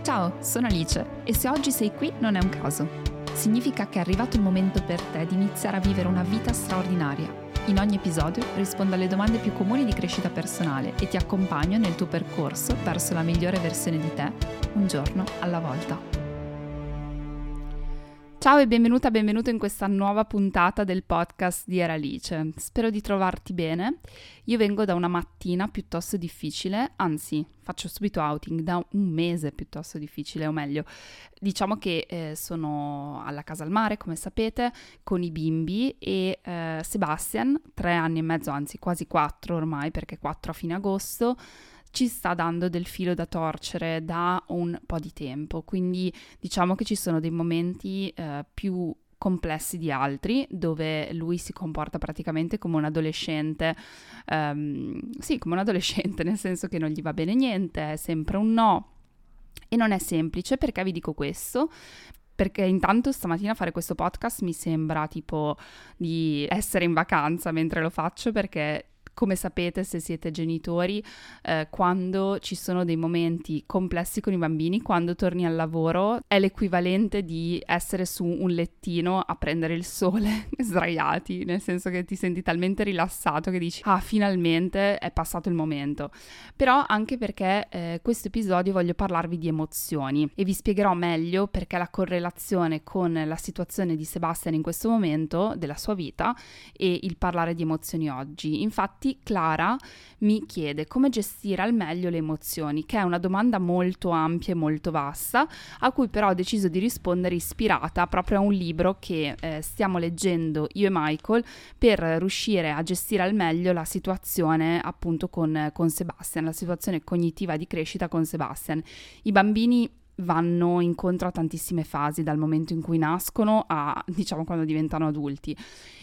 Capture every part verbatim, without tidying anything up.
Ciao, sono Alice e se oggi sei qui non è un caso. Significa che è arrivato il momento per te di iniziare a vivere una vita straordinaria. In ogni episodio rispondo alle domande più comuni di crescita personale e ti accompagno nel tuo percorso verso la migliore versione di te, un giorno alla volta. Ciao e benvenuta, benvenuto in questa nuova puntata del podcast di Era Alice. Spero di trovarti bene. Io vengo da una mattina piuttosto difficile, anzi faccio subito outing, da un mese piuttosto difficile, o meglio, diciamo che eh, sono alla casa al mare, come sapete, con i bimbi e eh, Sebastian, tre anni e mezzo, anzi quasi quattro ormai, perché quattro a fine agosto, ci sta dando del filo da torcere da un po' di tempo, quindi diciamo che ci sono dei momenti eh, più complessi di altri, dove lui si comporta praticamente come un adolescente, um, sì, come un adolescente, nel senso che non gli va bene niente, è sempre un no, e non è semplice. Perché vi dico questo? Perché intanto stamattina fare questo podcast mi sembra tipo di essere in vacanza mentre lo faccio, perché come sapete, se siete genitori, eh, quando ci sono dei momenti complessi con i bambini, quando torni al lavoro, è l'equivalente di essere su un lettino a prendere il sole sdraiati, nel senso che ti senti talmente rilassato che dici ah, finalmente è passato il momento. Però anche perché eh, questo episodio voglio parlarvi di emozioni e vi spiegherò meglio perché la correlazione con la situazione di Sebastian in questo momento della sua vita e il parlare di emozioni oggi. Infatti Clara mi chiede come gestire al meglio le emozioni, che è una domanda molto ampia e molto vasta, a cui però ho deciso di rispondere ispirata proprio a un libro che eh, stiamo leggendo io e Michael per riuscire a gestire al meglio la situazione appunto con, con Sebastian, la situazione cognitiva di crescita con Sebastian. I bambini vanno incontro a tantissime fasi, dal momento in cui nascono a, diciamo, quando diventano adulti,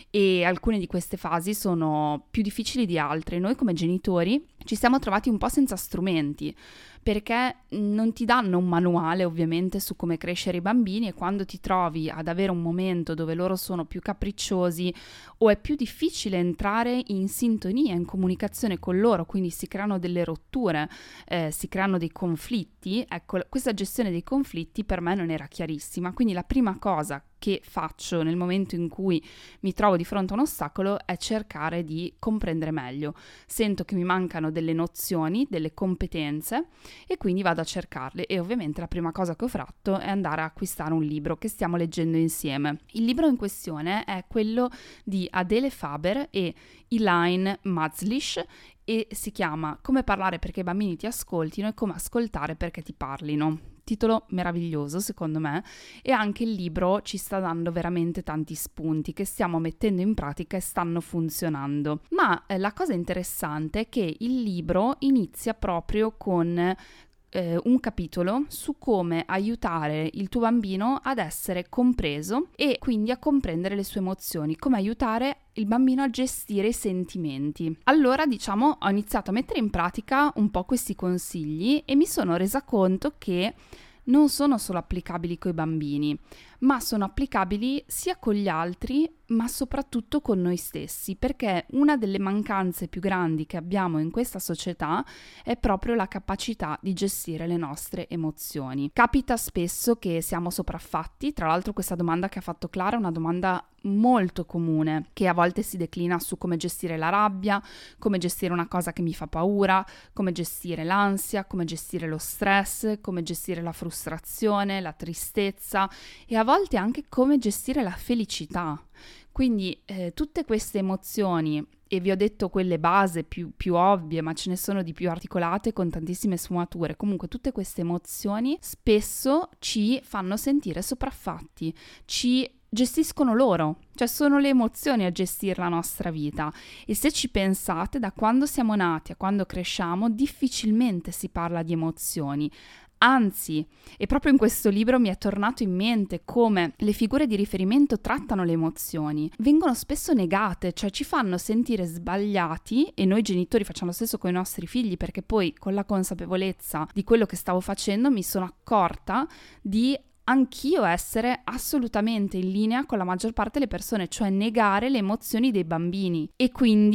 e alcune di queste fasi sono più difficili di altre. Noi come genitori ci siamo trovati un po' senza strumenti, perché non ti danno un manuale ovviamente su come crescere i bambini, e quando ti trovi ad avere un momento dove loro sono più capricciosi o è più difficile entrare in sintonia, in comunicazione con loro, quindi si creano delle rotture, eh, si creano dei conflitti, ecco, questa gestione dei conflitti per me non era chiarissima. Quindi la prima cosa che faccio nel momento in cui mi trovo di fronte a un ostacolo è cercare di comprendere meglio. Sento che mi mancano delle nozioni, delle competenze, e quindi vado a cercarle, e ovviamente la prima cosa che ho fatto è andare a acquistare un libro che stiamo leggendo insieme. Il libro in questione è quello di Adele Faber e Elaine Mazlish e si chiama Come parlare perché i bambini ti ascoltino e come ascoltare perché ti parlino. Titolo meraviglioso secondo me, e anche il libro ci sta dando veramente tanti spunti che stiamo mettendo in pratica e stanno funzionando. Ma eh, la cosa interessante è che il libro inizia proprio con Eh, un capitolo su come aiutare il tuo bambino ad essere compreso e quindi a comprendere le sue emozioni, come aiutare il bambino a gestire i sentimenti. Allora, diciamo, ho iniziato a mettere in pratica un po' questi consigli e mi sono resa conto che non sono solo applicabili coi bambini, ma sono applicabili sia con gli altri, ma soprattutto con noi stessi, perché una delle mancanze più grandi che abbiamo in questa società è proprio la capacità di gestire le nostre emozioni. Capita spesso che siamo sopraffatti. Tra l'altro questa domanda che ha fatto Clara è una domanda molto comune, che a volte si declina su come gestire la rabbia, come gestire una cosa che mi fa paura, come gestire l'ansia, come gestire lo stress, come gestire la frustrazione, la tristezza e a volte anche come gestire la felicità. Quindi eh, tutte queste emozioni, e vi ho detto quelle base più, più ovvie, ma ce ne sono di più articolate con tantissime sfumature. Comunque tutte queste emozioni spesso ci fanno sentire sopraffatti, ci gestiscono loro, cioè sono le emozioni a gestire la nostra vita. E se ci pensate, da quando siamo nati a quando cresciamo difficilmente si parla di emozioni. Anzi, e proprio in questo libro mi è tornato in mente come le figure di riferimento trattano le emozioni. Vengono spesso negate, cioè ci fanno sentire sbagliati, e noi genitori facciamo lo stesso con i nostri figli, perché poi con la consapevolezza di quello che stavo facendo mi sono accorta di anch'io essere assolutamente in linea con la maggior parte delle persone, cioè negare le emozioni dei bambini. E quindi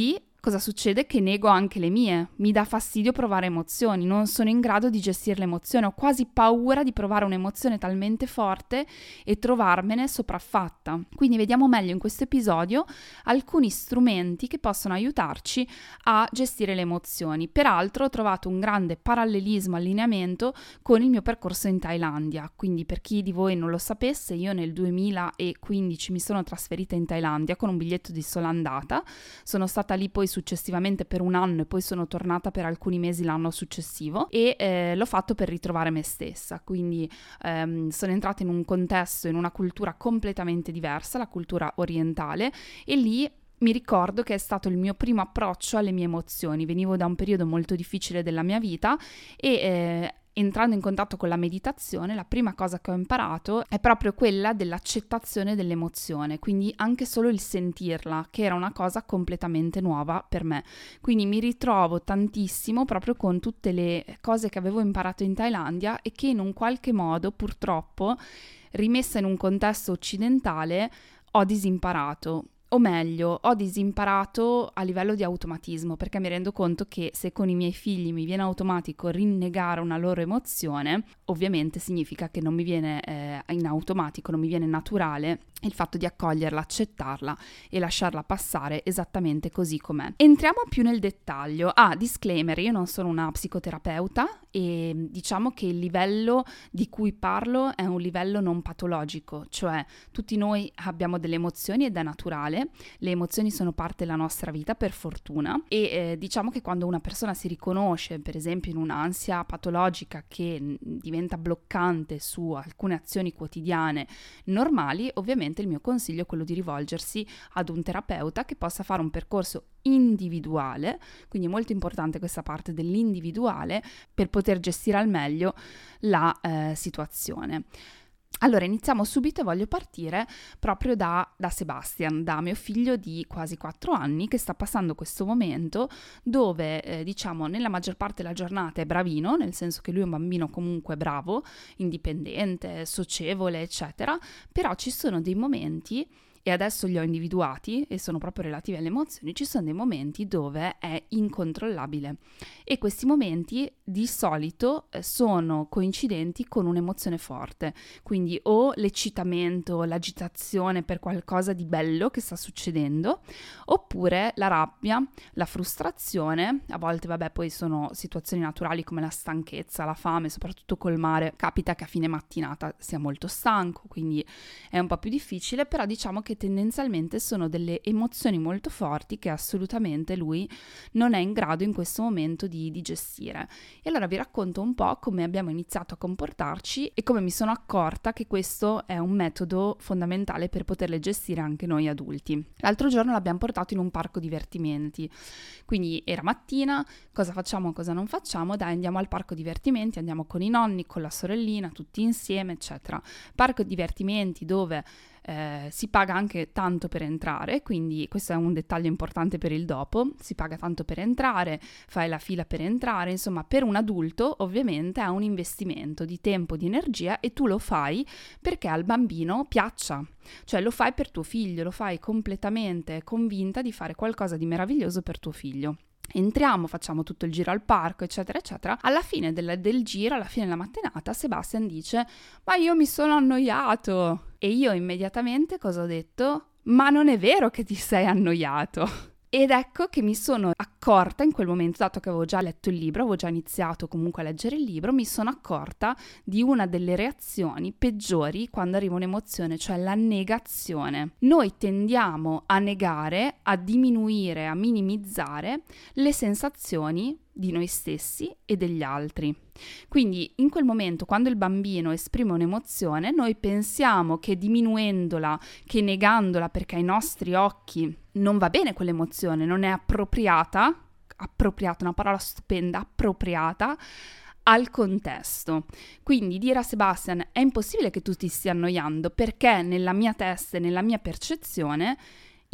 cosa succede? Che nego anche le mie, mi dà fastidio provare emozioni, non sono in grado di gestire l'emozione, ho quasi paura di provare un'emozione talmente forte e trovarmene sopraffatta. Quindi vediamo meglio in questo episodio alcuni strumenti che possono aiutarci a gestire le emozioni. Peraltro ho trovato un grande parallelismo, allineamento con il mio percorso in Thailandia, quindi per chi di voi non lo sapesse, io nel duemilaquindici mi sono trasferita in Thailandia con un biglietto di sola andata, sono stata lì poi successivamente per un anno e poi sono tornata per alcuni mesi l'anno successivo e eh, l'ho fatto per ritrovare me stessa, quindi ehm, sono entrata in un contesto, in una cultura completamente diversa, la cultura orientale, e lì mi ricordo che è stato il mio primo approccio alle mie emozioni. Venivo da un periodo molto difficile della mia vita e eh, entrando in contatto con la meditazione, la prima cosa che ho imparato è proprio quella dell'accettazione dell'emozione, quindi anche solo il sentirla, che era una cosa completamente nuova per me. Quindi mi ritrovo tantissimo proprio con tutte le cose che avevo imparato in Thailandia e che in un qualche modo, purtroppo, rimessa in un contesto occidentale, ho disimparato. O meglio, ho disimparato a livello di automatismo, perché mi rendo conto che se con i miei figli mi viene automatico rinnegare una loro emozione, ovviamente significa che non mi viene eh, in automatico, non mi viene naturale il fatto di accoglierla, accettarla e lasciarla passare esattamente così com'è. Entriamo più nel dettaglio. Ah, disclaimer, io non sono una psicoterapeuta e diciamo che il livello di cui parlo è un livello non patologico, cioè tutti noi abbiamo delle emozioni ed è naturale, le emozioni sono parte della nostra vita per fortuna e eh, diciamo che quando una persona si riconosce per esempio in un'ansia patologica che diventa bloccante su alcune azioni quotidiane normali, ovviamente il mio consiglio è quello di rivolgersi ad un terapeuta che possa fare un percorso individuale, quindi è molto importante questa parte dell'individuale per poter gestire al meglio la eh, situazione. Allora, iniziamo subito e voglio partire proprio da, da Sebastian, da mio figlio di quasi quattro anni che sta passando questo momento dove, eh, diciamo, nella maggior parte della giornata è bravino, nel senso che lui è un bambino comunque bravo, indipendente, socievole, eccetera, però ci sono dei momenti, e adesso li ho individuati e sono proprio relativi alle emozioni, ci sono dei momenti dove è incontrollabile e questi momenti di solito sono coincidenti con un'emozione forte, quindi o l'eccitamento, l'agitazione per qualcosa di bello che sta succedendo, oppure la rabbia, la frustrazione, a volte vabbè poi sono situazioni naturali come la stanchezza, la fame, soprattutto col mare, capita che a fine mattinata sia molto stanco, quindi è un po' più difficile, però diciamo che tendenzialmente sono delle emozioni molto forti che assolutamente lui non è in grado in questo momento di, di gestire. E allora vi racconto un po' come abbiamo iniziato a comportarci e come mi sono accorta che questo è un metodo fondamentale per poterle gestire anche noi adulti. L'altro giorno l'abbiamo portato in un parco divertimenti, quindi era mattina, cosa facciamo, cosa non facciamo? Dai, andiamo al parco divertimenti, andiamo con i nonni, con la sorellina, tutti insieme, eccetera. Parco divertimenti dove Eh, si paga anche tanto per entrare, quindi questo è un dettaglio importante per il dopo, si paga tanto per entrare, fai la fila per entrare, insomma per un adulto ovviamente è un investimento di tempo, di energia e tu lo fai perché al bambino piaccia, cioè lo fai per tuo figlio, lo fai completamente convinta di fare qualcosa di meraviglioso per tuo figlio. Entriamo, facciamo tutto il giro al parco, eccetera, eccetera. Alla fine del, del giro, alla fine della mattinata, Sebastian dice: ma io mi sono annoiato. E io immediatamente cosa ho detto? Ma non è vero che ti sei annoiato. Ed ecco che mi sono accorta in quel momento, dato che avevo già letto il libro, avevo già iniziato comunque a leggere il libro, mi sono accorta di una delle reazioni peggiori quando arriva un'emozione, cioè la negazione. Noi tendiamo a negare, a diminuire, a minimizzare le sensazioni di noi stessi e degli altri. Quindi in quel momento, quando il bambino esprime un'emozione, noi pensiamo che diminuendola, che negandola perché ai nostri occhi non va bene quell'emozione, non è appropriata, appropriata, una parola stupenda, appropriata al contesto. Quindi dire a Sebastian: è impossibile che tu ti stia annoiando perché nella mia testa e nella mia percezione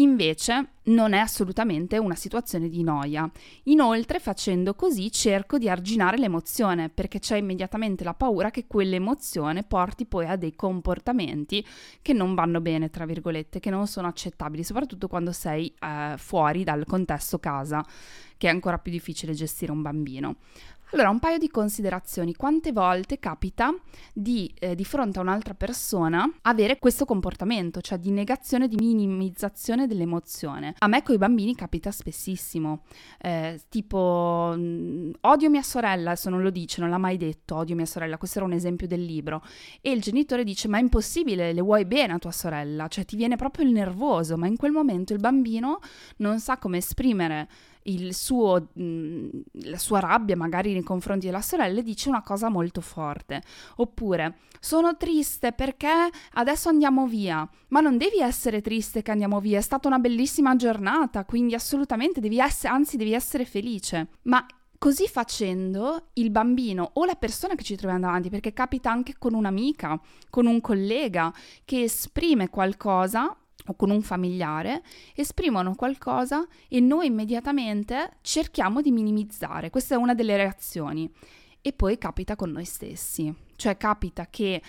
Invece non è assolutamente una situazione di noia. Inoltre, facendo così, cerco di arginare l'emozione, perché c'è immediatamente la paura che quell'emozione porti poi a dei comportamenti che non vanno bene, tra virgolette, che non sono accettabili, soprattutto quando sei eh, fuori dal contesto casa, che è ancora più difficile gestire un bambino. Allora, un paio di considerazioni. Quante volte capita di, eh, di fronte a un'altra persona, avere questo comportamento, cioè di negazione, di minimizzazione dell'emozione? A me coi bambini capita spessissimo, eh, tipo mh, odio mia sorella, adesso non lo dice, non l'ha mai detto, odio mia sorella, questo era un esempio del libro, e il genitore dice ma è impossibile, le vuoi bene a tua sorella, cioè ti viene proprio il nervoso, ma in quel momento il bambino non sa come esprimere il suo, mh, la sua rabbia magari nei confronti della sorella e dice una cosa molto forte. Oppure sono triste perché adesso andiamo via, ma non devi essere triste che andiamo via, è stata una bellissima giornata, quindi assolutamente devi essere, anzi devi essere felice. Ma così facendo il bambino o la persona che ci troviamo davanti, perché capita anche con un'amica, con un collega che esprime qualcosa o con un familiare, esprimono qualcosa e noi immediatamente cerchiamo di minimizzare. Questa è una delle reazioni. E poi capita con noi stessi, cioè capita che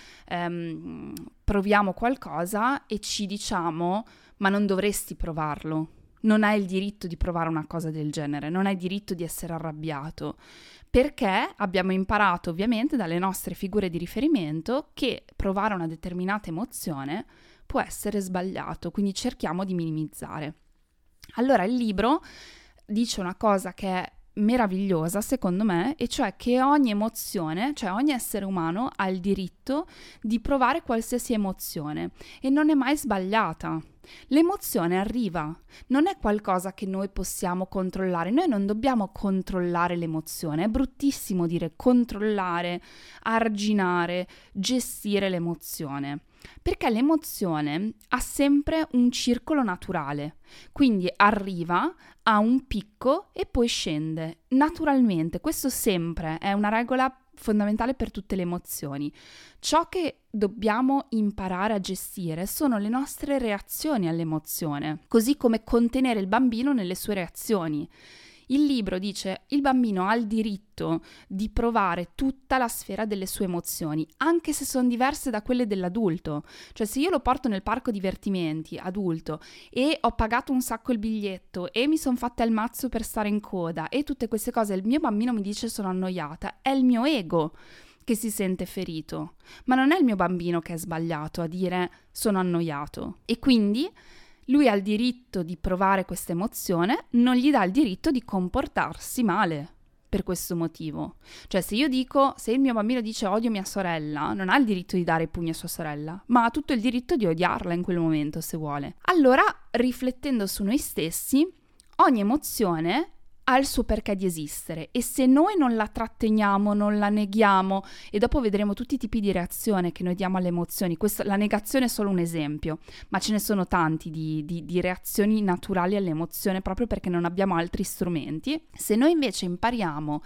ehm, proviamo qualcosa e ci diciamo ma non dovresti provarlo, non hai il diritto di provare una cosa del genere, non hai il diritto di essere arrabbiato, perché abbiamo imparato ovviamente dalle nostre figure di riferimento che provare una determinata emozione può essere sbagliato, quindi cerchiamo di minimizzare. Allora il libro dice una cosa che è meravigliosa secondo me, e cioè che ogni emozione, cioè ogni essere umano ha il diritto di provare qualsiasi emozione e non è mai sbagliata. L'emozione arriva, non è qualcosa che noi possiamo controllare, noi non dobbiamo controllare l'emozione, è bruttissimo dire controllare, arginare, gestire l'emozione, perché l'emozione ha sempre un circolo naturale, quindi arriva a un picco e poi scende naturalmente, questo sempre è una regola fondamentale per tutte le emozioni. Ciò che dobbiamo imparare a gestire sono le nostre reazioni all'emozione, così come contenere il bambino nelle sue reazioni. Il libro dice il bambino ha il diritto di provare tutta la sfera delle sue emozioni, anche se sono diverse da quelle dell'adulto. Cioè se io lo porto nel parco divertimenti adulto e ho pagato un sacco il biglietto e mi sono fatta il mazzo per stare in coda e tutte queste cose, il mio bambino mi dice sono annoiata, è il mio ego che si sente ferito, ma non è il mio bambino che è sbagliato a dire sono annoiato. E quindi lui ha il diritto di provare questa emozione, non gli dà il diritto di comportarsi male per questo motivo. Cioè se io dico, se il mio bambino dice odio mia sorella, non ha il diritto di dare i pugni a sua sorella, ma ha tutto il diritto di odiarla in quel momento se vuole. Allora, riflettendo su noi stessi, ogni emozione ha il suo perché di esistere e se noi non la tratteniamo, non la neghiamo, e dopo vedremo tutti i tipi di reazione che noi diamo alle emozioni, questo, la negazione è solo un esempio, ma ce ne sono tanti di, di, di reazioni naturali all'emozione proprio perché non abbiamo altri strumenti. Se noi invece impariamo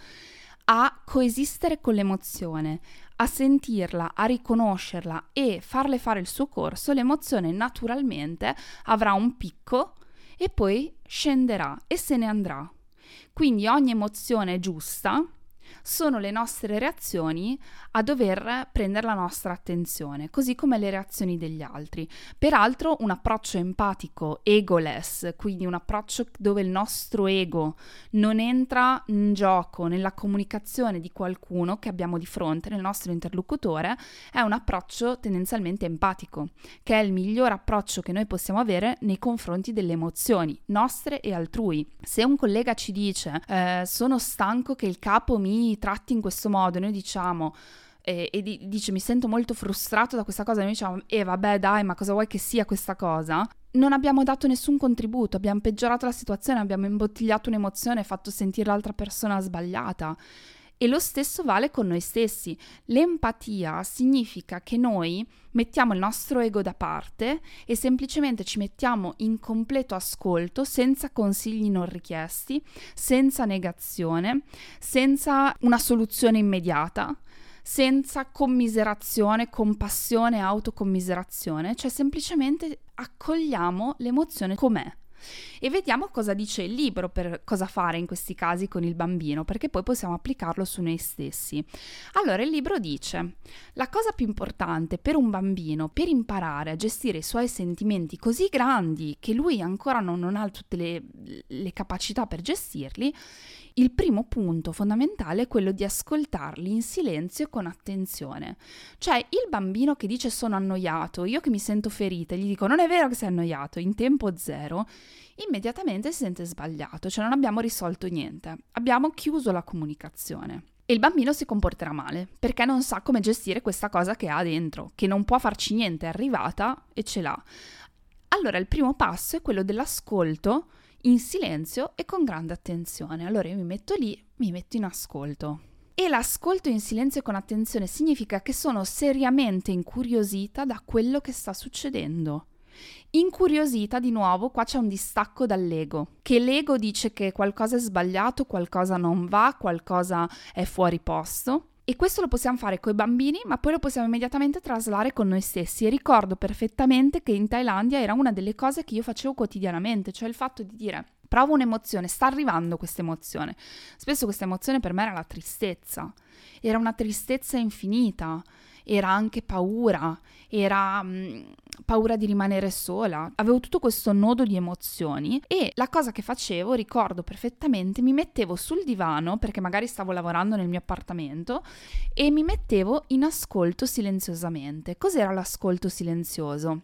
a coesistere con l'emozione, a sentirla, a riconoscerla e farle fare il suo corso, l'emozione naturalmente avrà un picco e poi scenderà e se ne andrà. Quindi ogni emozione giusta sono le nostre reazioni a dover prendere la nostra attenzione, così come le reazioni degli altri. Peraltro un approccio empatico, egoless, quindi un approccio dove il nostro ego non entra in gioco nella comunicazione di qualcuno che abbiamo di fronte, nel nostro interlocutore, è un approccio tendenzialmente empatico, che è il miglior approccio che noi possiamo avere nei confronti delle emozioni, nostre e altrui. Se un collega ci dice eh, sono stanco che il capo mi tratti in questo modo, noi diciamo eh, e di, dice mi sento molto frustrato da questa cosa, noi diciamo e eh, vabbè dai, ma cosa vuoi che sia questa cosa? Non abbiamo dato nessun contributo, abbiamo peggiorato la situazione, abbiamo imbottigliato un'emozione e fatto sentire l'altra persona sbagliata. E lo stesso vale con noi stessi. L'empatia significa che noi mettiamo il nostro ego da parte e semplicemente ci mettiamo in completo ascolto, senza consigli non richiesti, senza negazione, senza una soluzione immediata, senza commiserazione, compassione, autocommiserazione, cioè semplicemente accogliamo l'emozione com'è. E vediamo cosa dice il libro per cosa fare in questi casi con il bambino, perché poi possiamo applicarlo su noi stessi. Allora, il libro dice: la cosa più importante per un bambino, per imparare a gestire i suoi sentimenti così grandi che lui ancora non, non ha tutte le, le capacità per gestirli, il primo punto fondamentale è quello di ascoltarli in silenzio e con attenzione. Cioè, il bambino che dice sono annoiato, io che mi sento ferita, gli dico non è vero che sei annoiato, in tempo zero, immediatamente si sente sbagliato, cioè non abbiamo risolto niente, abbiamo chiuso la comunicazione. E il bambino si comporterà male, perché non sa come gestire questa cosa che ha dentro, che non può farci niente, è arrivata e ce l'ha. Allora il primo passo è quello dell'ascolto in silenzio e con grande attenzione. Allora io mi metto lì, mi metto in ascolto. E l'ascolto in silenzio e con attenzione significa che sono seriamente incuriosita da quello che sta succedendo. Incuriosita, di nuovo, qua c'è un distacco dall'ego, che l'ego dice che qualcosa è sbagliato, qualcosa non va, qualcosa è fuori posto. E questo lo possiamo fare con i bambini, ma poi lo possiamo immediatamente traslare con noi stessi. E ricordo perfettamente che in Thailandia era una delle cose che io facevo quotidianamente, cioè il fatto di dire: provo un'emozione, sta arrivando questa emozione. Spesso questa emozione per me era la tristezza, era una tristezza infinita, era anche paura, era mh, paura di rimanere sola. Avevo tutto questo nodo di emozioni e la cosa che facevo, ricordo perfettamente, mi mettevo sul divano, perché magari stavo lavorando nel mio appartamento, e mi mettevo in ascolto silenziosamente. Cos'era l'ascolto silenzioso?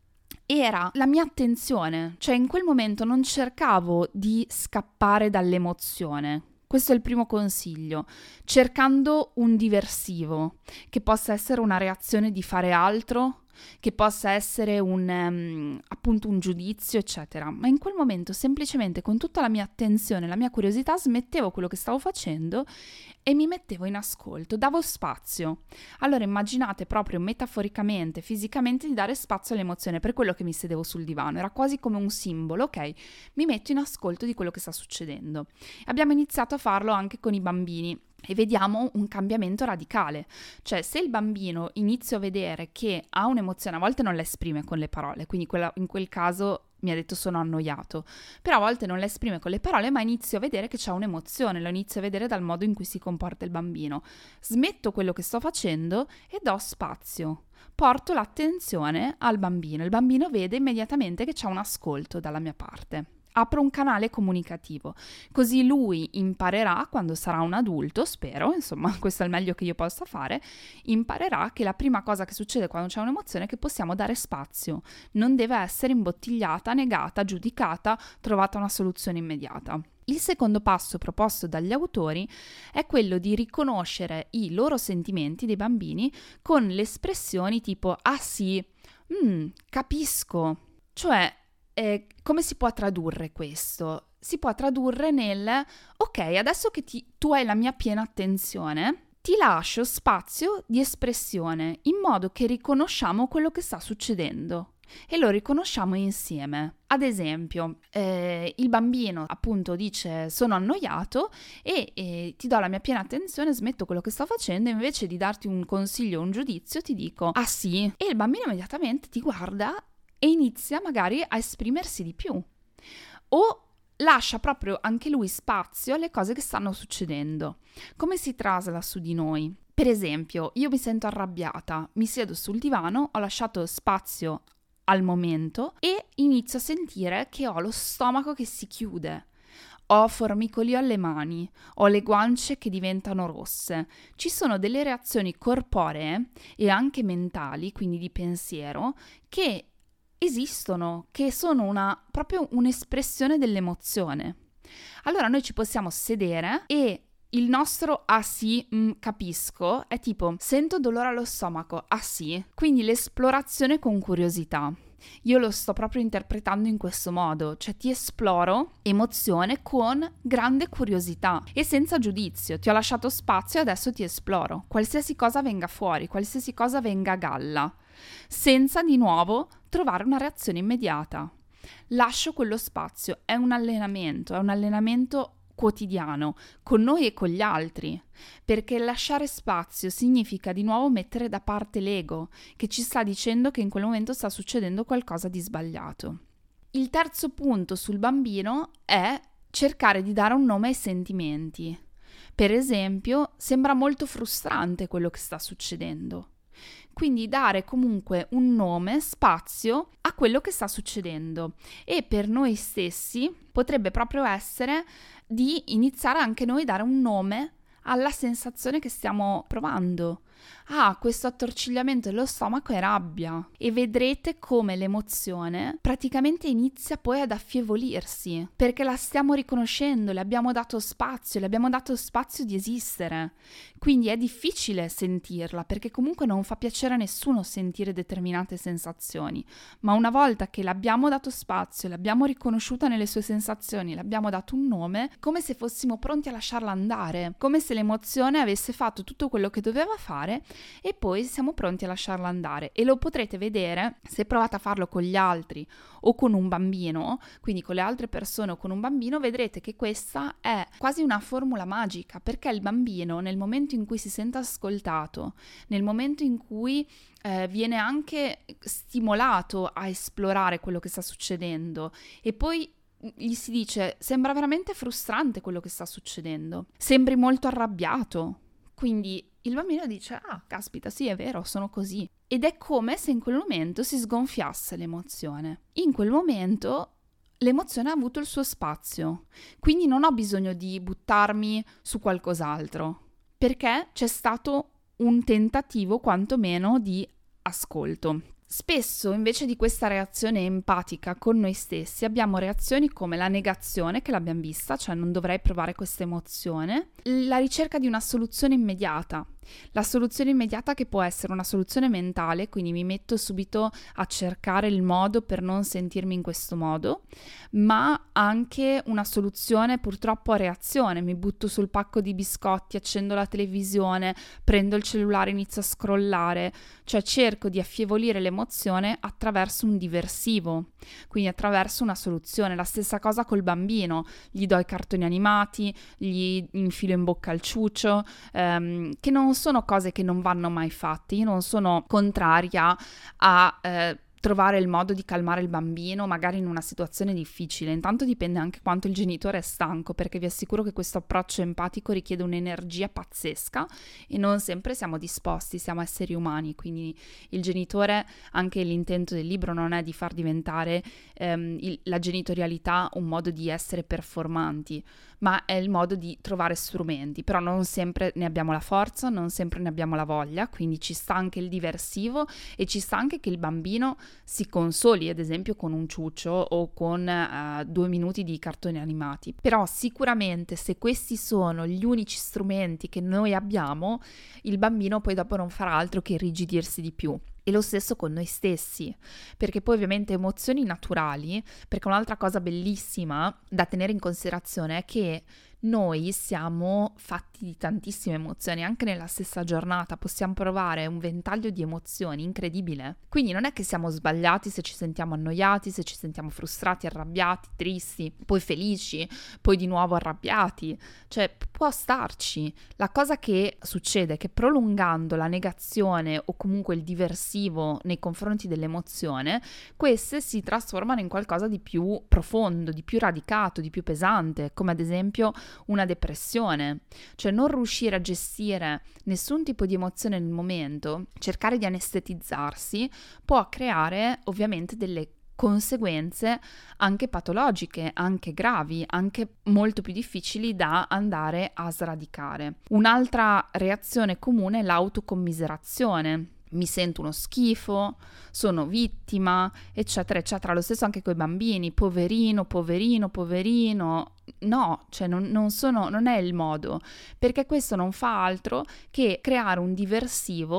Era la mia attenzione, cioè in quel momento non cercavo di scappare dall'emozione. Questo è il primo consiglio, cercando un diversivo, che possa essere una reazione di fare altro, che possa essere un um, appunto un giudizio, eccetera. Ma in quel momento semplicemente con tutta la mia attenzione, la mia curiosità, smettevo quello che stavo facendo e mi mettevo in ascolto, davo spazio. Allora immaginate proprio metaforicamente, fisicamente, di dare spazio all'emozione, per quello che mi sedevo sul divano, era quasi come un simbolo, ok? Mi metto in ascolto di quello che sta succedendo. Abbiamo iniziato a farlo anche con i bambini. E vediamo un cambiamento radicale, cioè se il bambino inizio a vedere che ha un'emozione, a volte non la esprime con le parole, quindi quella, in quel caso mi ha detto sono annoiato, però a volte non la esprime con le parole, ma inizio a vedere che c'è un'emozione, lo inizio a vedere dal modo in cui si comporta il bambino. Smetto quello che sto facendo e do spazio, porto l'attenzione al bambino, il bambino vede immediatamente che c'è un ascolto dalla mia parte. Apro un canale comunicativo, così lui imparerà, quando sarà un adulto, spero, insomma questo è il meglio che io possa fare, imparerà che la prima cosa che succede quando c'è un'emozione è che possiamo dare spazio, non deve essere imbottigliata, negata, giudicata, trovata una soluzione immediata. Il secondo passo proposto dagli autori è quello di riconoscere i loro sentimenti dei bambini con le espressioni tipo ah sì, mm, capisco, cioè Eh, come si può tradurre questo? Si può tradurre nel ok, adesso che ti, tu hai la mia piena attenzione, ti lascio spazio di espressione in modo che riconosciamo quello che sta succedendo e lo riconosciamo insieme. Ad esempio, eh, il bambino appunto dice sono annoiato e, e ti do la mia piena attenzione, smetto quello che sto facendo e invece di darti un consiglio o un giudizio ti dico ah sì, e il bambino immediatamente ti guarda e inizia magari a esprimersi di più o lascia proprio anche lui spazio alle cose che stanno succedendo. Come si trasla su di noi? Per esempio, io mi sento arrabbiata, mi siedo sul divano, ho lasciato spazio al momento e inizio a sentire che ho lo stomaco che si chiude. Ho formicolio alle mani, ho le guance che diventano rosse. Ci sono delle reazioni corporee e anche mentali, quindi di pensiero, che esistono, che sono una, proprio un'espressione dell'emozione. Allora noi ci possiamo sedere e il nostro ah sì, mm, capisco, è tipo sento dolore allo stomaco, ah sì, quindi l'esplorazione con curiosità. Io lo sto proprio interpretando in questo modo, cioè ti esploro emozione con grande curiosità e senza giudizio, ti ho lasciato spazio e adesso ti esploro, qualsiasi cosa venga fuori, qualsiasi cosa venga a galla, senza di nuovo trovare una reazione immediata. Lascio quello spazio, è un allenamento, è un allenamento quotidiano, con noi e con gli altri, perché lasciare spazio significa di nuovo mettere da parte l'ego, che ci sta dicendo che in quel momento sta succedendo qualcosa di sbagliato. Il terzo punto sul bambino è cercare di dare un nome ai sentimenti. Per esempio, sembra molto frustrante quello che sta succedendo. Quindi dare comunque un nome, spazio a quello che sta succedendo. E per noi stessi potrebbe proprio essere di iniziare anche noi a dare un nome alla sensazione che stiamo provando. Ah, questo attorcigliamento dello stomaco è rabbia, e vedrete come l'emozione praticamente inizia poi ad affievolirsi, perché la stiamo riconoscendo, le abbiamo dato spazio, le abbiamo dato spazio di esistere. Quindi è difficile sentirla, perché comunque non fa piacere a nessuno sentire determinate sensazioni, ma una volta che l'abbiamo dato spazio, l'abbiamo riconosciuta nelle sue sensazioni, l'abbiamo dato un nome, come se fossimo pronti a lasciarla andare, come se l'emozione avesse fatto tutto quello che doveva fare e poi siamo pronti a lasciarla andare. E lo potrete vedere se provate a farlo con gli altri o con un bambino, quindi con le altre persone o con un bambino, vedrete che questa è quasi una formula magica, perché il bambino nel momento in cui si sente ascoltato, nel momento in cui eh, viene anche stimolato a esplorare quello che sta succedendo e poi gli si dice sembra veramente frustrante quello che sta succedendo, sembri molto arrabbiato, quindi il bambino dice ah caspita sì è vero sono così, ed è come se in quel momento si sgonfiasse l'emozione. In quel momento l'emozione ha avuto il suo spazio, quindi non ho bisogno di buttarmi su qualcos'altro, perché c'è stato un tentativo quantomeno di ascolto. Spesso invece di questa reazione empatica con noi stessi abbiamo reazioni come la negazione, che l'abbiamo vista, cioè non dovrei provare questa emozione, la ricerca di una soluzione immediata. La soluzione immediata che può essere una soluzione mentale, quindi mi metto subito a cercare il modo per non sentirmi in questo modo, ma anche una soluzione purtroppo a reazione, mi butto sul pacco di biscotti, accendo la televisione, prendo il cellulare, inizio a scrollare, cioè cerco di affievolire l'emozione attraverso un diversivo, quindi attraverso una soluzione. La stessa cosa col bambino, gli do i cartoni animati, gli infilo in bocca il ciuccio, ehm, che non sono cose che non vanno mai fatte. Io non sono contraria a eh, trovare il modo di calmare il bambino, magari in una situazione difficile. Intanto dipende anche quanto il genitore è stanco, perché vi assicuro che questo approccio empatico richiede un'energia pazzesca e non sempre siamo disposti, siamo esseri umani, quindi il genitore, anche l'intento del libro non è di far diventare ehm, il, la genitorialità un modo di essere performanti, ma è il modo di trovare strumenti, però non sempre ne abbiamo la forza, non sempre ne abbiamo la voglia, quindi ci sta anche il diversivo e ci sta anche che il bambino si consoli, ad esempio con un ciuccio o con uh, due minuti di cartoni animati. Però sicuramente se questi sono gli unici strumenti che noi abbiamo, il bambino poi dopo non farà altro che irrigidirsi di più. E lo stesso con noi stessi, perché poi ovviamente emozioni naturali, perché un'altra cosa bellissima da tenere in considerazione è che noi siamo fatti di tantissime emozioni, anche nella stessa giornata possiamo provare un ventaglio di emozioni incredibile, quindi non è che siamo sbagliati se ci sentiamo annoiati, se ci sentiamo frustrati, arrabbiati, tristi, poi felici, poi di nuovo arrabbiati, cioè può starci. La cosa che succede è che prolungando la negazione o comunque il diversivo nei confronti dell'emozione, queste si trasformano in qualcosa di più profondo, di più radicato, di più pesante, come ad esempio una depressione, cioè non riuscire a gestire nessun tipo di emozione nel momento, cercare di anestetizzarsi può creare ovviamente delle conseguenze anche patologiche, anche gravi, anche molto più difficili da andare a sradicare. Un'altra reazione comune è l'autocommiserazione. Mi sento uno schifo, sono vittima, eccetera, eccetera. Lo stesso anche con i bambini, poverino, poverino, poverino. No, cioè non, non, sono, non è il modo, perché questo non fa altro che creare un diversivo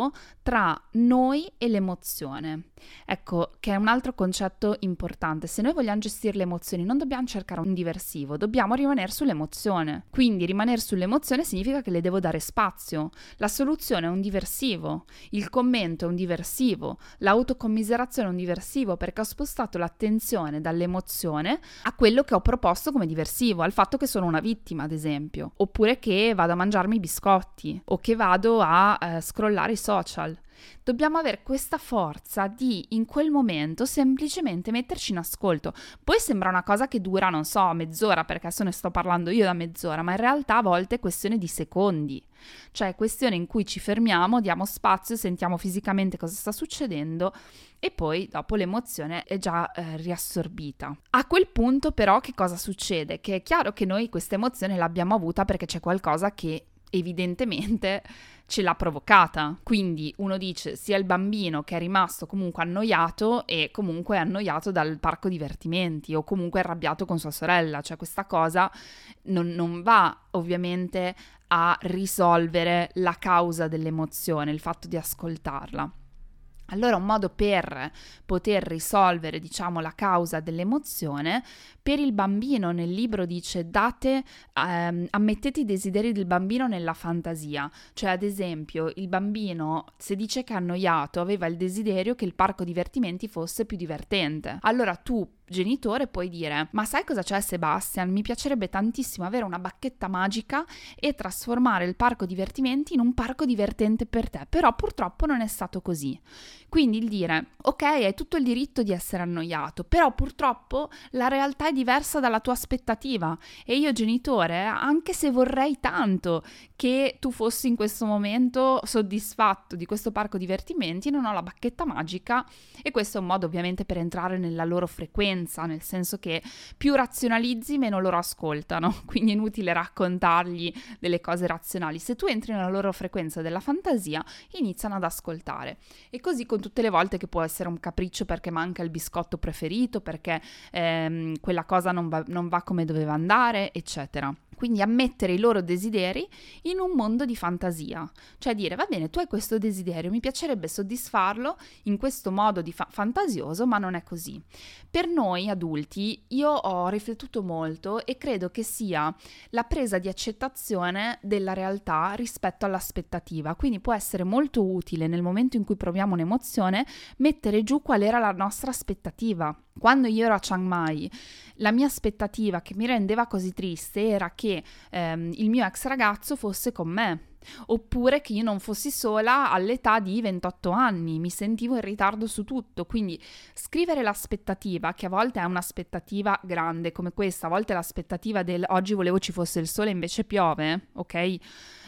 tra noi e l'emozione. Ecco, che è un altro concetto importante. Se noi vogliamo gestire le emozioni, non dobbiamo cercare un diversivo, dobbiamo rimanere sull'emozione. Quindi rimanere sull'emozione significa che le devo dare spazio. La soluzione è un diversivo, il commento è un diversivo, l'autocommiserazione è un diversivo, perché ho spostato l'attenzione dall'emozione a quello che ho proposto come diversivo, al fatto che sono una vittima, ad esempio, oppure che vado a mangiarmi i biscotti o che vado a eh, scrollare i social. Dobbiamo avere questa forza di, in quel momento, semplicemente metterci in ascolto. Poi sembra una cosa che dura, non so, mezz'ora, perché adesso ne sto parlando io da mezz'ora, ma in realtà a volte è questione di secondi. Cioè è questione in cui ci fermiamo, diamo spazio, sentiamo fisicamente cosa sta succedendo e poi dopo l'emozione è già eh, riassorbita. A quel punto però che cosa succede? Che è chiaro che noi questa emozione l'abbiamo avuta perché c'è qualcosa che evidentemente ce l'ha provocata. Quindi uno dice sia il bambino che è rimasto comunque annoiato e comunque è annoiato dal parco divertimenti o comunque è arrabbiato con sua sorella, cioè questa cosa non, non va ovviamente a risolvere la causa dell'emozione, il fatto di ascoltarla. Allora un modo per poter risolvere, diciamo, la causa dell'emozione, per il bambino nel libro dice date, ehm, ammettete i desideri del bambino nella fantasia, cioè ad esempio il bambino, se dice che è annoiato, aveva il desiderio che il parco divertimenti fosse più divertente. Allora tu, genitore, puoi dire: ma sai cosa c'è, Sebastian? Mi piacerebbe tantissimo avere una bacchetta magica e trasformare il parco divertimenti in un parco divertente per te, però purtroppo non è stato così. Quindi il dire: ok, hai tutto il diritto di essere annoiato, però purtroppo la realtà è diversa dalla tua aspettativa e io, genitore, anche se vorrei tanto che tu fossi in questo momento soddisfatto di questo parco divertimenti, non ho la bacchetta magica. E questo è un modo ovviamente per entrare nella loro frequenza, nel senso che più razionalizzi meno loro ascoltano, quindi è inutile raccontargli delle cose razionali. Se tu entri nella loro frequenza della fantasia, iniziano ad ascoltare. E così con tutte le volte che può essere un capriccio perché manca il biscotto preferito, perché ehm, quella cosa non va, non va come doveva andare, eccetera. Quindi ammettere i loro desideri in un mondo di fantasia, cioè dire: va bene, tu hai questo desiderio, mi piacerebbe soddisfarlo in questo modo di fa- fantasioso, ma non è così. Per noi adulti io ho riflettuto molto e credo che sia la presa di accettazione della realtà rispetto all'aspettativa, quindi può essere molto utile nel momento in cui proviamo un'emozione mettere giù qual era la nostra aspettativa. Quando io ero a Chiang Mai, la mia aspettativa che mi rendeva così triste era che ehm, il mio ex ragazzo fosse con me, oppure che io non fossi sola all'età di ventotto anni, mi sentivo in ritardo su tutto. Quindi scrivere l'aspettativa, che a volte è un'aspettativa grande come questa, a volte è l'aspettativa del oggi volevo ci fosse il sole invece piove, ok?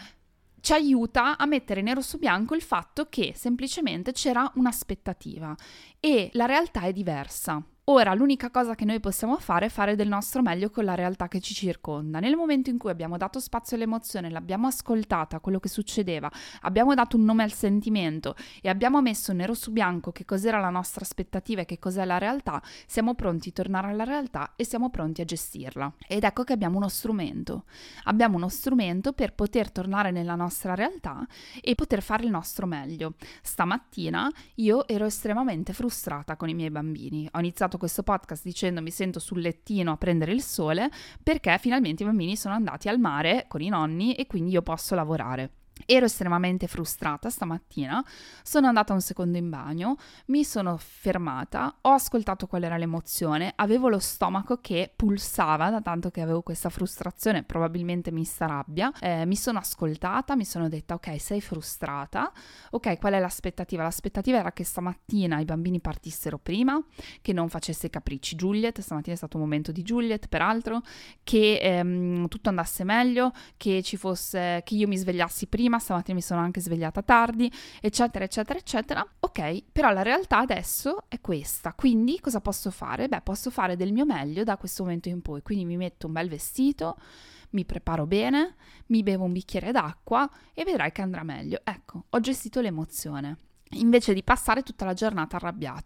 Ci aiuta a mettere nero su bianco il fatto che semplicemente c'era un'aspettativa e la realtà è diversa. Ora, l'unica cosa che noi possiamo fare è fare del nostro meglio con la realtà che ci circonda. Nel momento in cui abbiamo dato spazio all'emozione, l'abbiamo ascoltata, quello che succedeva, abbiamo dato un nome al sentimento e abbiamo messo nero su bianco che cos'era la nostra aspettativa e che cos'è la realtà, siamo pronti a tornare alla realtà e siamo pronti a gestirla. Ed ecco che abbiamo uno strumento. Abbiamo uno strumento per poter tornare nella nostra realtà e poter fare il nostro meglio. Stamattina io ero estremamente frustrata con i miei bambini. Ho iniziato questo podcast dicendo mi sento sul lettino a prendere il sole perché finalmente i bambini sono andati al mare con i nonni e quindi io posso lavorare. Ero estremamente frustrata stamattina, sono andata un secondo in bagno, mi sono fermata, ho ascoltato qual era l'emozione, avevo lo stomaco che pulsava da tanto che avevo questa frustrazione, probabilmente mista rabbia, eh, mi sono ascoltata, mi sono detta ok, sei frustrata, ok, qual è l'aspettativa? L'aspettativa era che stamattina i bambini partissero prima, che non facesse capricci Juliet, stamattina è stato un momento di Juliet peraltro, che ehm, tutto andasse meglio, che ci fosse, che io mi svegliassi prima, stamattina mi sono anche svegliata tardi, eccetera, eccetera, eccetera. Ok, però la realtà adesso è questa, quindi cosa posso fare? Beh, posso fare del mio meglio da questo momento in poi, quindi mi metto un bel vestito, mi preparo bene, mi bevo un bicchiere d'acqua e vedrai che andrà meglio. Ecco, ho gestito l'emozione, invece di passare tutta la giornata arrabbiata.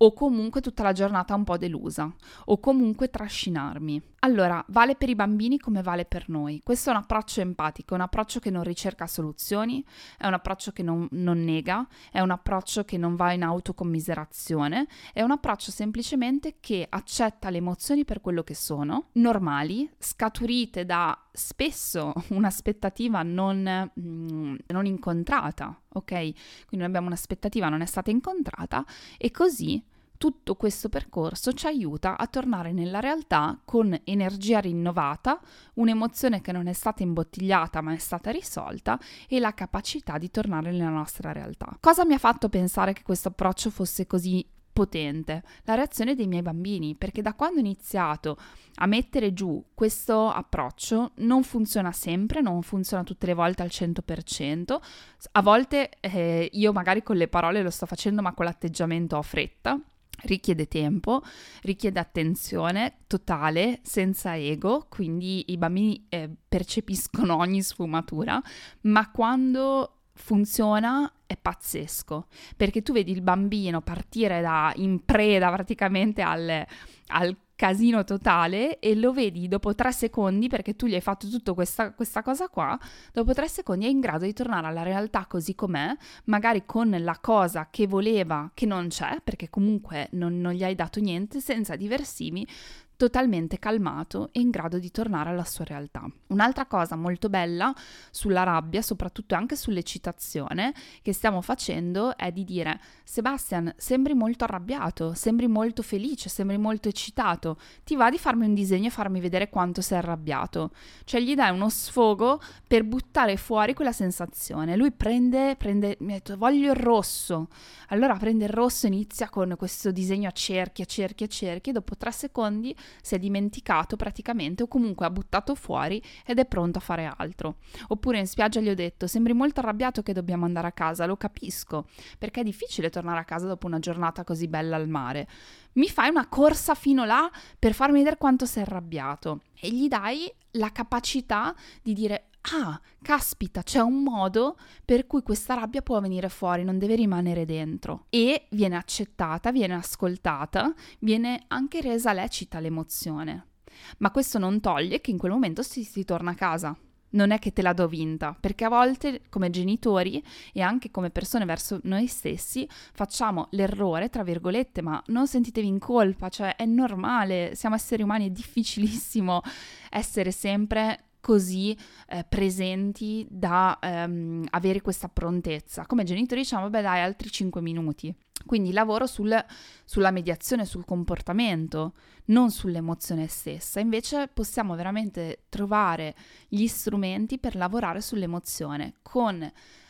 o comunque tutta la giornata un po' delusa, o comunque trascinarmi. Allora, vale per i bambini come vale per noi. Questo è un approccio empatico, è un approccio che non ricerca soluzioni, è un approccio che non, non nega, è un approccio che non va in autocommiserazione, è un approccio semplicemente che accetta le emozioni per quello che sono, normali, scaturite da spesso un'aspettativa non, mm, non incontrata, ok? Quindi abbiamo un'aspettativa non è stata incontrata e così tutto questo percorso ci aiuta a tornare nella realtà con energia rinnovata, un'emozione che non è stata imbottigliata ma è stata risolta e la capacità di tornare nella nostra realtà. Cosa mi ha fatto pensare che questo approccio fosse così potente? La reazione dei miei bambini, perché da quando ho iniziato a mettere giù questo approccio non funziona sempre, non funziona tutte le volte al cento per cento, a volte eh, io magari con le parole lo sto facendo ma con l'atteggiamento ho fretta. Richiede tempo, richiede attenzione totale, senza ego, quindi i bambini eh, percepiscono ogni sfumatura, ma quando funziona è pazzesco, perché tu vedi il bambino partire da in preda praticamente al, al casino totale e lo vedi dopo tre secondi, perché tu gli hai fatto tutta questa, questa cosa qua, dopo tre secondi è in grado di tornare alla realtà così com'è, magari con la cosa che voleva che non c'è, perché comunque non, non gli hai dato niente, senza diversivi, totalmente calmato e in grado di tornare alla sua realtà. Un'altra cosa molto bella sulla rabbia, soprattutto anche sull'eccitazione che stiamo facendo, è di dire: Sebastian, sembri molto arrabbiato, sembri molto felice, sembri molto eccitato, ti va di farmi un disegno e farmi vedere quanto sei arrabbiato? Cioè gli dai uno sfogo per buttare fuori quella sensazione. Lui prende, prende, mi ha detto voglio il rosso, allora prende il rosso e inizia con questo disegno a cerchi, a cerchi, a cerchi, e dopo tre secondi si è dimenticato praticamente, o comunque ha buttato fuori ed è pronto a fare altro. Oppure in spiaggia gli ho detto: sembri molto arrabbiato che dobbiamo andare a casa, lo capisco, perché è difficile tornare a casa dopo una giornata così bella al mare. Mi fai una corsa fino là per farmi vedere quanto sei arrabbiato, e gli dai la capacità di dire: ah, caspita, c'è un modo per cui questa rabbia può venire fuori, non deve rimanere dentro. E viene accettata, viene ascoltata, viene anche resa lecita l'emozione. Ma questo non toglie che in quel momento si, si torna a casa. Non è che te la do vinta, perché a volte come genitori e anche come persone verso noi stessi facciamo l'errore, tra virgolette, ma non sentitevi in colpa, cioè è normale, siamo esseri umani, è difficilissimo essere sempre così eh, presenti da ehm, avere questa prontezza. Come genitori diciamo: vabbè dai, altri cinque minuti. Quindi lavoro sul, sulla mediazione, sul comportamento, non sull'emozione stessa. Invece possiamo veramente trovare gli strumenti per lavorare sull'emozione, con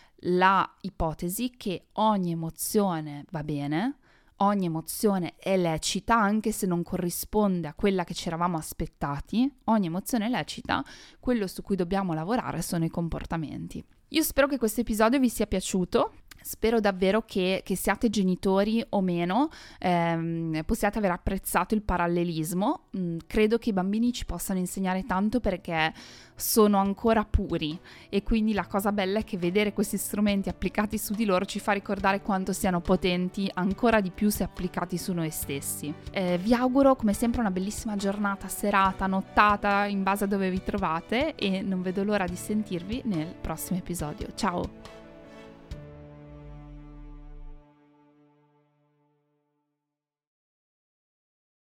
la ipotesi che ogni emozione va bene, ogni emozione è lecita, anche se non corrisponde a quella che ci eravamo aspettati. Ogni emozione è lecita, quello su cui dobbiamo lavorare sono i comportamenti. Io spero che questo episodio vi sia piaciuto. Spero davvero che, che siate genitori o meno, ehm, possiate aver apprezzato il parallelismo. Mm, credo che i bambini ci possano insegnare tanto perché sono ancora puri, e quindi la cosa bella è che vedere questi strumenti applicati su di loro ci fa ricordare quanto siano potenti ancora di più se applicati su noi stessi. Eh, vi auguro come sempre una bellissima giornata, serata, nottata, in base a dove vi trovate, e non vedo l'ora di sentirvi nel prossimo episodio. Ciao!